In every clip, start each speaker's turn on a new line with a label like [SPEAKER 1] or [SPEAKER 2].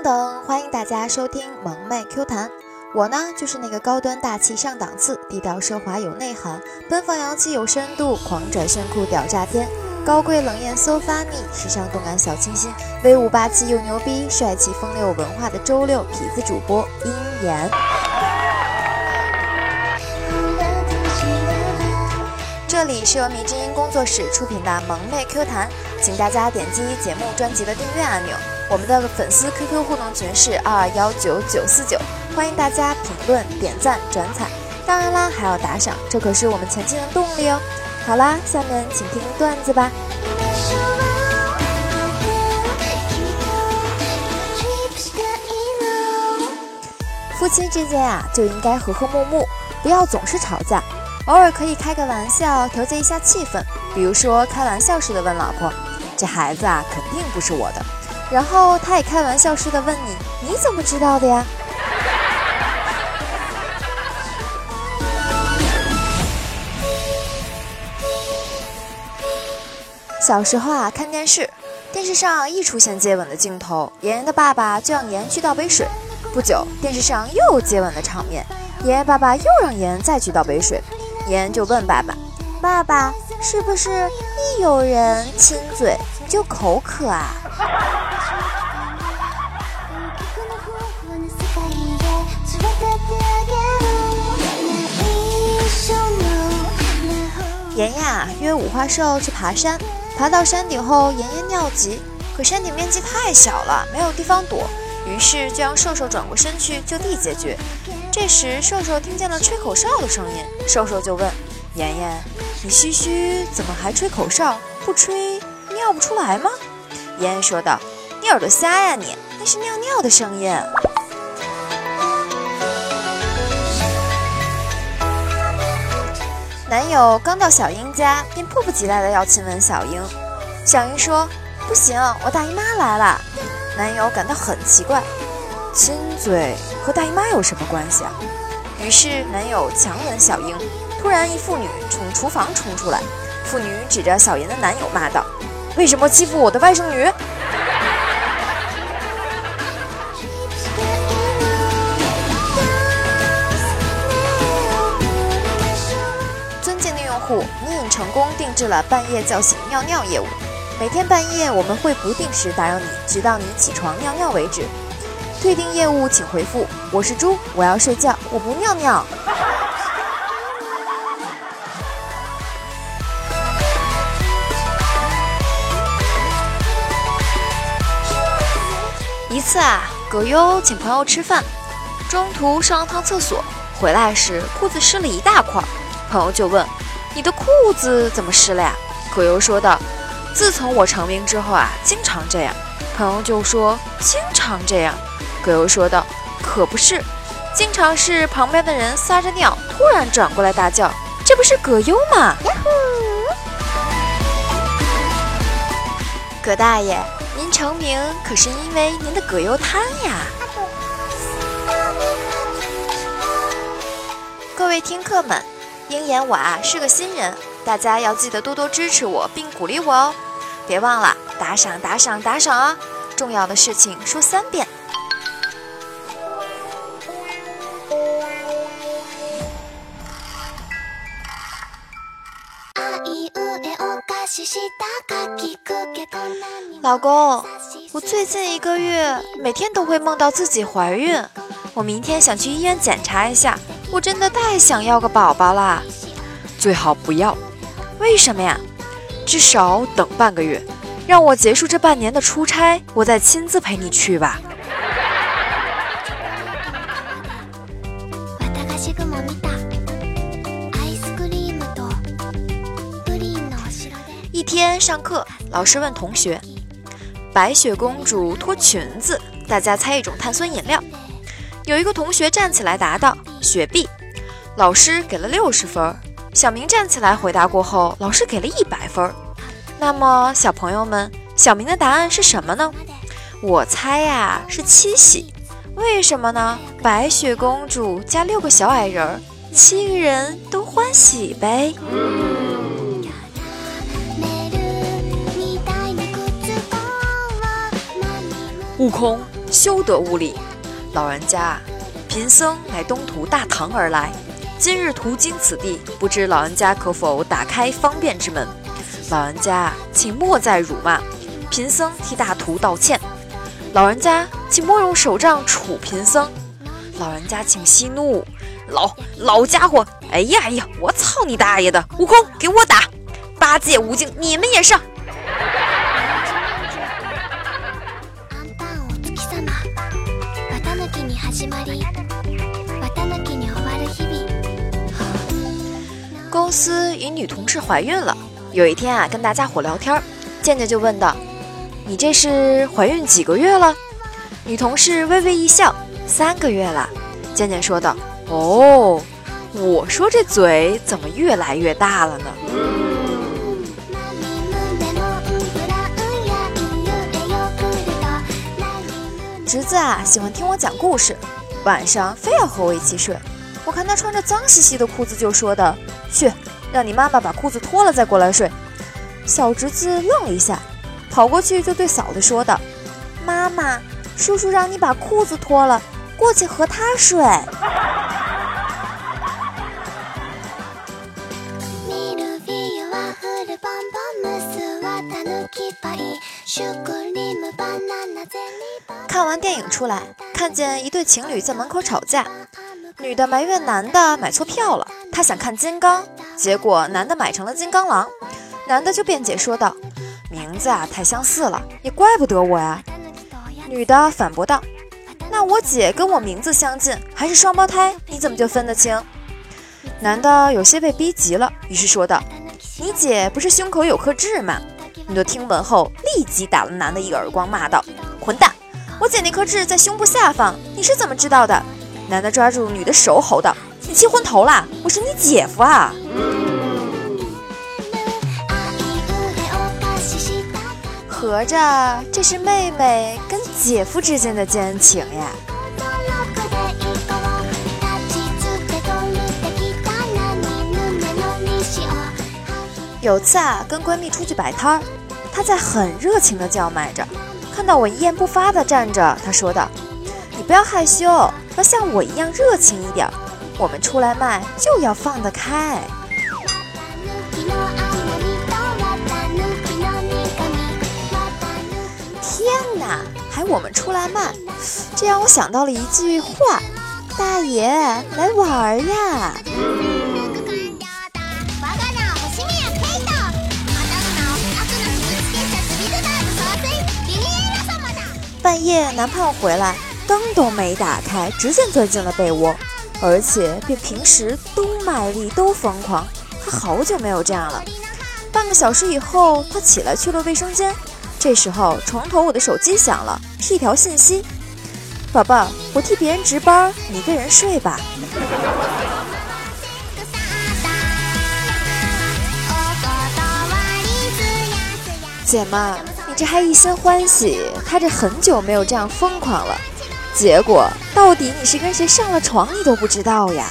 [SPEAKER 1] 等，欢迎大家收听萌妹 Q 弹。我呢，就是那个高端大气上档次，低调奢华有内涵，奔放洋气有深度，狂拽炫酷屌炸天，高贵冷艳 so funny， 时尚动感小清新，威武霸气又牛逼，帅气风流文化的周六痞子主播鹰眼。这里是由迷之音工作室出品的萌妹 Q 弹，请大家点击节目专辑的订阅按钮。我们的粉丝 QQ 互动群是2219949，欢迎大家评论、点赞、转采，当然啦，还要打赏，这可是我们前进的动力哦。好啦，下面请听段子吧。夫妻之间啊，就应该和和睦睦，不要总是吵架，偶尔可以开个玩笑，调节一下气氛。比如说开玩笑似的问老婆：“这孩子啊，肯定不是我的。”然后他也开玩笑似的问你：“你怎么知道的呀？”小时候啊，看电视，电视上一出现接吻的镜头，妍妍的爸爸就让妍妍去倒杯水。不久，电视上又有接吻的场面，妍妍爸爸又让妍妍再去倒杯水。妍妍就问爸爸：“爸爸，是不是一有人亲嘴你就口渴啊？”妍妍啊，约五花兽去爬山，爬到山顶后，妍妍尿急，可山顶面积太小了，没有地方躲，于是就让兽兽转过身去就地解决。这时兽兽听见了吹口哨的声音，兽兽就问妍妍：“你嘘嘘怎么还吹口哨？不吹尿不出来吗？”妍妍说道：“你耳朵瞎呀你，那是尿尿的声音。”男友刚到小英家，便迫不及待地要亲吻小英。小英说：“不行，我大姨妈来了。”男友感到很奇怪，亲嘴和大姨妈有什么关系啊？于是男友强吻小英。突然一妇女从厨房冲出来，妇女指着小妍的男友骂道：“为什么欺负我的外甥女？”你已成功定制了半夜叫醒尿尿业务，每天半夜我们会不定时打扰你，直到你起床尿尿为止。退订业务请回复：我是猪，我要睡觉，我不尿尿。一次啊，葛优请朋友吃饭，中途上了趟厕所，回来时裤子湿了一大块，朋友就问：“你的裤子怎么湿了呀？”葛优说道：“自从我成名之后啊，经常这样。”朋友就说：“经常这样？”葛优说道：“可不是，经常是旁边的人撒着尿，突然转过来大叫：这不是葛优吗？”葛大爷，您成名可是因为您的葛优瘫呀！各位听客们，鹰眼我啊是个新人，大家要记得多多支持我并鼓励我哦，别忘了打赏打赏打赏啊！重要的事情说3遍。老公，我最近1个月每天都会梦到自己怀孕，我明天想去医院检查一下，我真的太想要个宝宝啦。
[SPEAKER 2] 最好不要。
[SPEAKER 1] 为什么呀？
[SPEAKER 2] 至少等半个月，让我结束这半年的出差，我再亲自陪你去吧。
[SPEAKER 1] 一天上课，老师问同学：白雪公主脱裙子，大家猜一种碳酸饮料。有一个同学站起来答道：雪碧。老师给了60分。小明站起来回答过后，老师给了100分。那么小朋友们，小明的答案是什么呢？我猜呀，是七喜。为什么呢？白雪公主加6个小矮人，7个人都欢喜呗。
[SPEAKER 2] 悟空，
[SPEAKER 1] 休得无礼。老人家，贫僧乃东土大唐而来，今日途经此地，不知老人家可否打开方便之门？老人家，请莫再辱骂，贫僧替大徒道歉。老人家，请莫用手杖处贫僧。老人家，请息怒。老家伙，哎呀，我操你大爷的！悟空，给我打！八戒、悟净，你们也上！公司一女同事怀孕了，有一天啊，跟大家伙聊天，健健就问道：“你这是怀孕几个月了？”女同事微微一笑：“3个月了。”健健说道：“哦，我说这嘴怎么越来越大了呢？”侄子啊，喜欢听我讲故事，晚上非要和我一起睡。我看他穿着脏兮兮的裤子，就说的：“去，让你妈妈把裤子脱了再过来睡。”小侄子愣了一下，跑过去就对嫂子说道：“妈妈，叔叔让你把裤子脱了，过去和他睡。”看完电影出来，看见一对情侣在门口吵架，女的埋怨男的买错票了，她想看金刚，结果男的买成了金刚狼。男的就辩解说道：“名字啊太相似了，也怪不得我呀。”女的反驳道：“那我姐跟我名字相近，还是双胞胎，你怎么就分得清？”男的有些被逼急了，于是说道：“你姐不是胸口有颗痣吗？”女的听闻后立即打了男的一个耳光，骂道：“混蛋！我姐那颗痣在胸部下方，你是怎么知道的？”男的抓住女的手吼道：“你气昏头啦！我是你姐夫啊！”合着这是妹妹跟姐夫之间的奸情呀。有次啊，跟闺蜜出去摆摊儿，她在很热情地叫卖着，看到我一言不发地站着，她说道：“你不要害羞，要像我一样热情一点，我们出来卖就要放得开。”天哪，还我们出来卖，这让我想到了一句话：“大爷来玩呀！”半夜男朋友回来，灯都没打开，直接钻进了被窝，而且比平时都卖力都疯狂。他好久没有这样了。半个小时以后，他起来去了卫生间，这时候床头我的手机响了，是一条信息：“宝贝儿，我替别人值班，你一个人睡吧。”姐们，你这还一心欢喜，他这很久没有这样疯狂了，结果到底你是跟谁上了床你都不知道呀。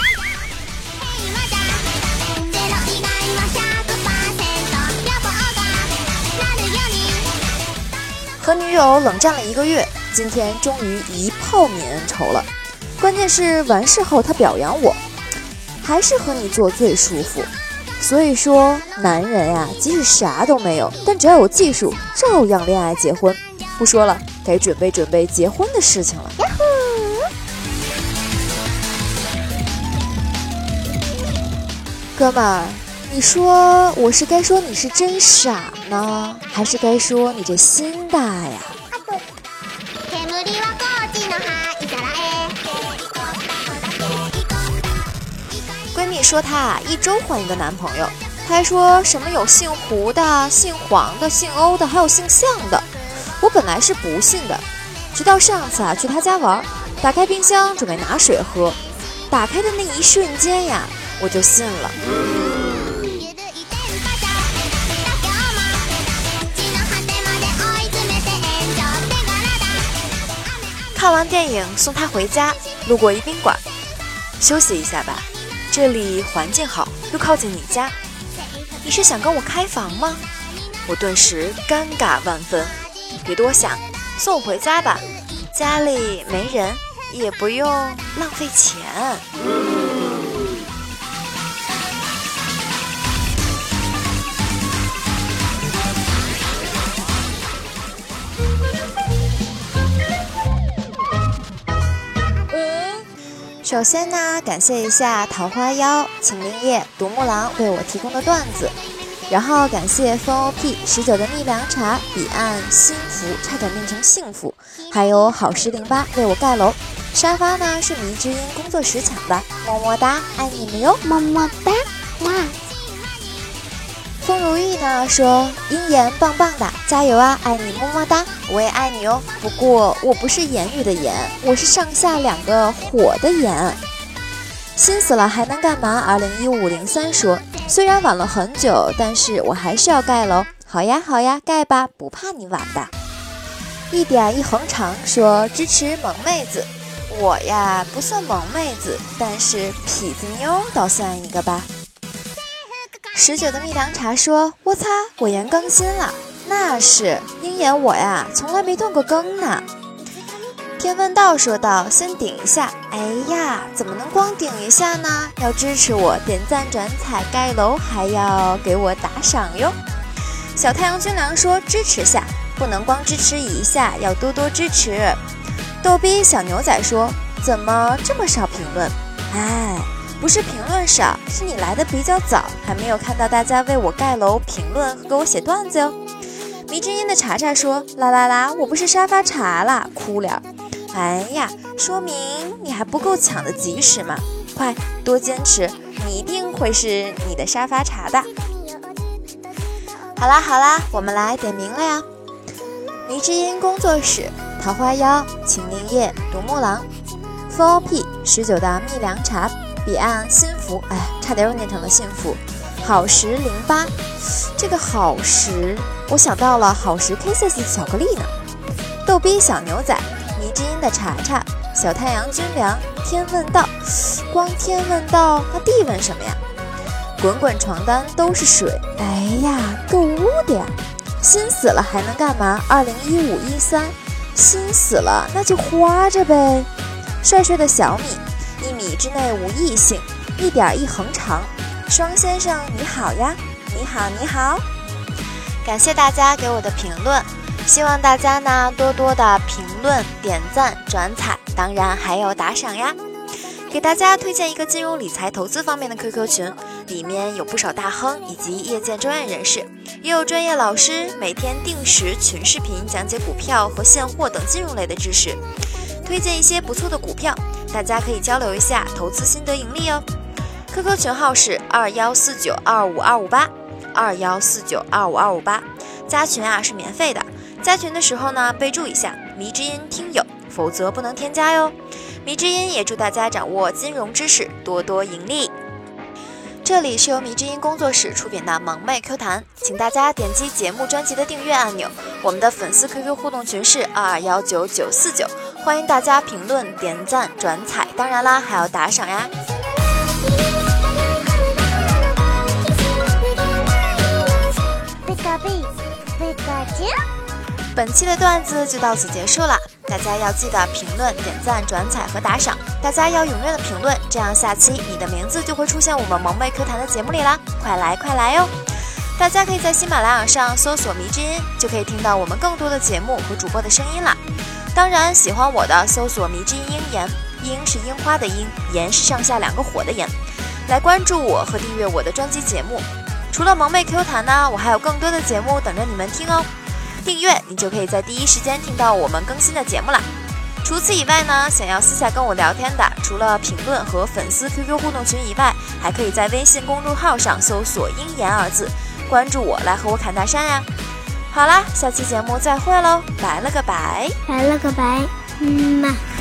[SPEAKER 1] 和女友冷战了1个月，今天终于一炮泯恩仇了。关键是完事后他表扬我，还是和你做最舒服。所以说男人呀，即使啥都没有，但只要有技术，照样恋爱结婚。不说了，该准备准备结婚的事情了。哥们儿，你说我是该说你是真傻呢，还是该说你这心大呀？闺蜜说她1周换一个男朋友，她还说什么有姓胡的、姓黄的、姓欧的，还有姓向的。我本来是不信的，直到上次去她家玩，打开冰箱准备拿水喝，打开的那一瞬间呀，我就信了。看完电影送她回家，路过一宾馆，休息一下吧，这里环境好，又靠近你家。你是想跟我开房吗？我顿时尴尬万分。别多想，送我回家吧。 家里没人，也不用浪费钱。首先呢，感谢一下桃花妖、秦灵叶、独木狼为我提供的段子，然后感谢风 OP 19的蜜凉茶、彼岸心福差点变成幸福，还有好时08为我盖楼。沙发呢是迷之音工作室抢的，么么哒，爱你们哟，么么哒，哇！风如意呢说鹰眼棒棒的，加油啊，爱你么么哒，我也爱你哦。不过我不是言语的言，我是上下两个火的眼。心死了还能干嘛？201503说，虽然晚了很久，但是我还是要盖楼。好呀好呀，盖吧，不怕你晚的。一点一横长说支持萌妹子，我呀不算萌妹子，但是痞子妞倒算一个吧。19的蜜凉茶说，我擦，我言更新了，那是鹰眼我呀从来没断过更呢。天问道说道，先顶一下。哎呀，怎么能光顶一下呢？要支持我，点赞转采盖楼，还要给我打赏哟。小太阳军粮说，支持下，不能光支持一下，要多多支持。逗逼小牛仔说，怎么这么少评论？哎，不是评论少，是你来的比较早，还没有看到大家为我盖楼、评论和给我写段子哟。迷之音的茶茶说，啦啦啦，我不是沙发茶啦，哭脸。哎呀，说明你还不够抢的及时嘛，快多坚持，你一定会是你的沙发茶的。好啦好啦，我们来点名了呀。迷之音工作室、桃花妖、秦灵叶、独木狼、风 OP 19的蜜凉茶、彼岸心福，哎，差点又念成了幸福。好时08，这个好时我想到了好时 Kisses 的巧克力呢。逗逼小牛仔、迷之音的茶茶、小太阳军粮、天问道，光天问道，那地问什么呀？滚滚床单都是水，哎呀，购物的呀。心死了还能干嘛？201513，心死了那就花着呗。帅帅的小米，1米之内无异性，一点一横长。双先生你好呀，你好你好。感谢大家给我的评论，希望大家呢多多的评论、点赞、转采，当然还有打赏呀。给大家推荐一个金融理财投资方面的 QQ 群，里面有不少大亨以及业界专业人士，也有专业老师每天定时群视频讲解股票和现货等金融类的知识，推荐一些不错的股票，大家可以交流一下投资心得盈利哦。QQ 群号是214925258214925258，加群啊是免费的，加群的时候呢备注一下迷之音听友，否则不能添加哟。迷之音也祝大家掌握金融知识，多多盈利。这里是由迷之音工作室出品的萌妹 Q 弹，请大家点击节目专辑的订阅按钮，我们的粉丝 QQ 互动群是2219949，欢迎大家评论、点赞、转采，当然啦还要打赏呀。本期的段子就到此结束了，大家要记得评论、点赞、转采和打赏，大家要踊跃的评论，这样下期你的名字就会出现我们萌妹课堂的节目里啦，快来快来哟！大家可以在喜马拉雅上搜索迷之音，就可以听到我们更多的节目和主播的声音啦。当然喜欢我的搜索迷之音鹰言，鹰是樱花的鹰，言是上下两个火的言，来关注我和订阅我的专辑节目。除了萌妹 Q 弹呢，我还有更多的节目等着你们听哦。订阅你就可以在第一时间听到我们更新的节目啦。除此以外呢，想要私下跟我聊天的，除了评论和粉丝 QQ 互动群以外，还可以在微信公众号上搜索鹰言2字，关注我来和我侃大山呀。好啦，下期节目再会喽，拜了个拜，
[SPEAKER 3] 拜了个拜，嘛。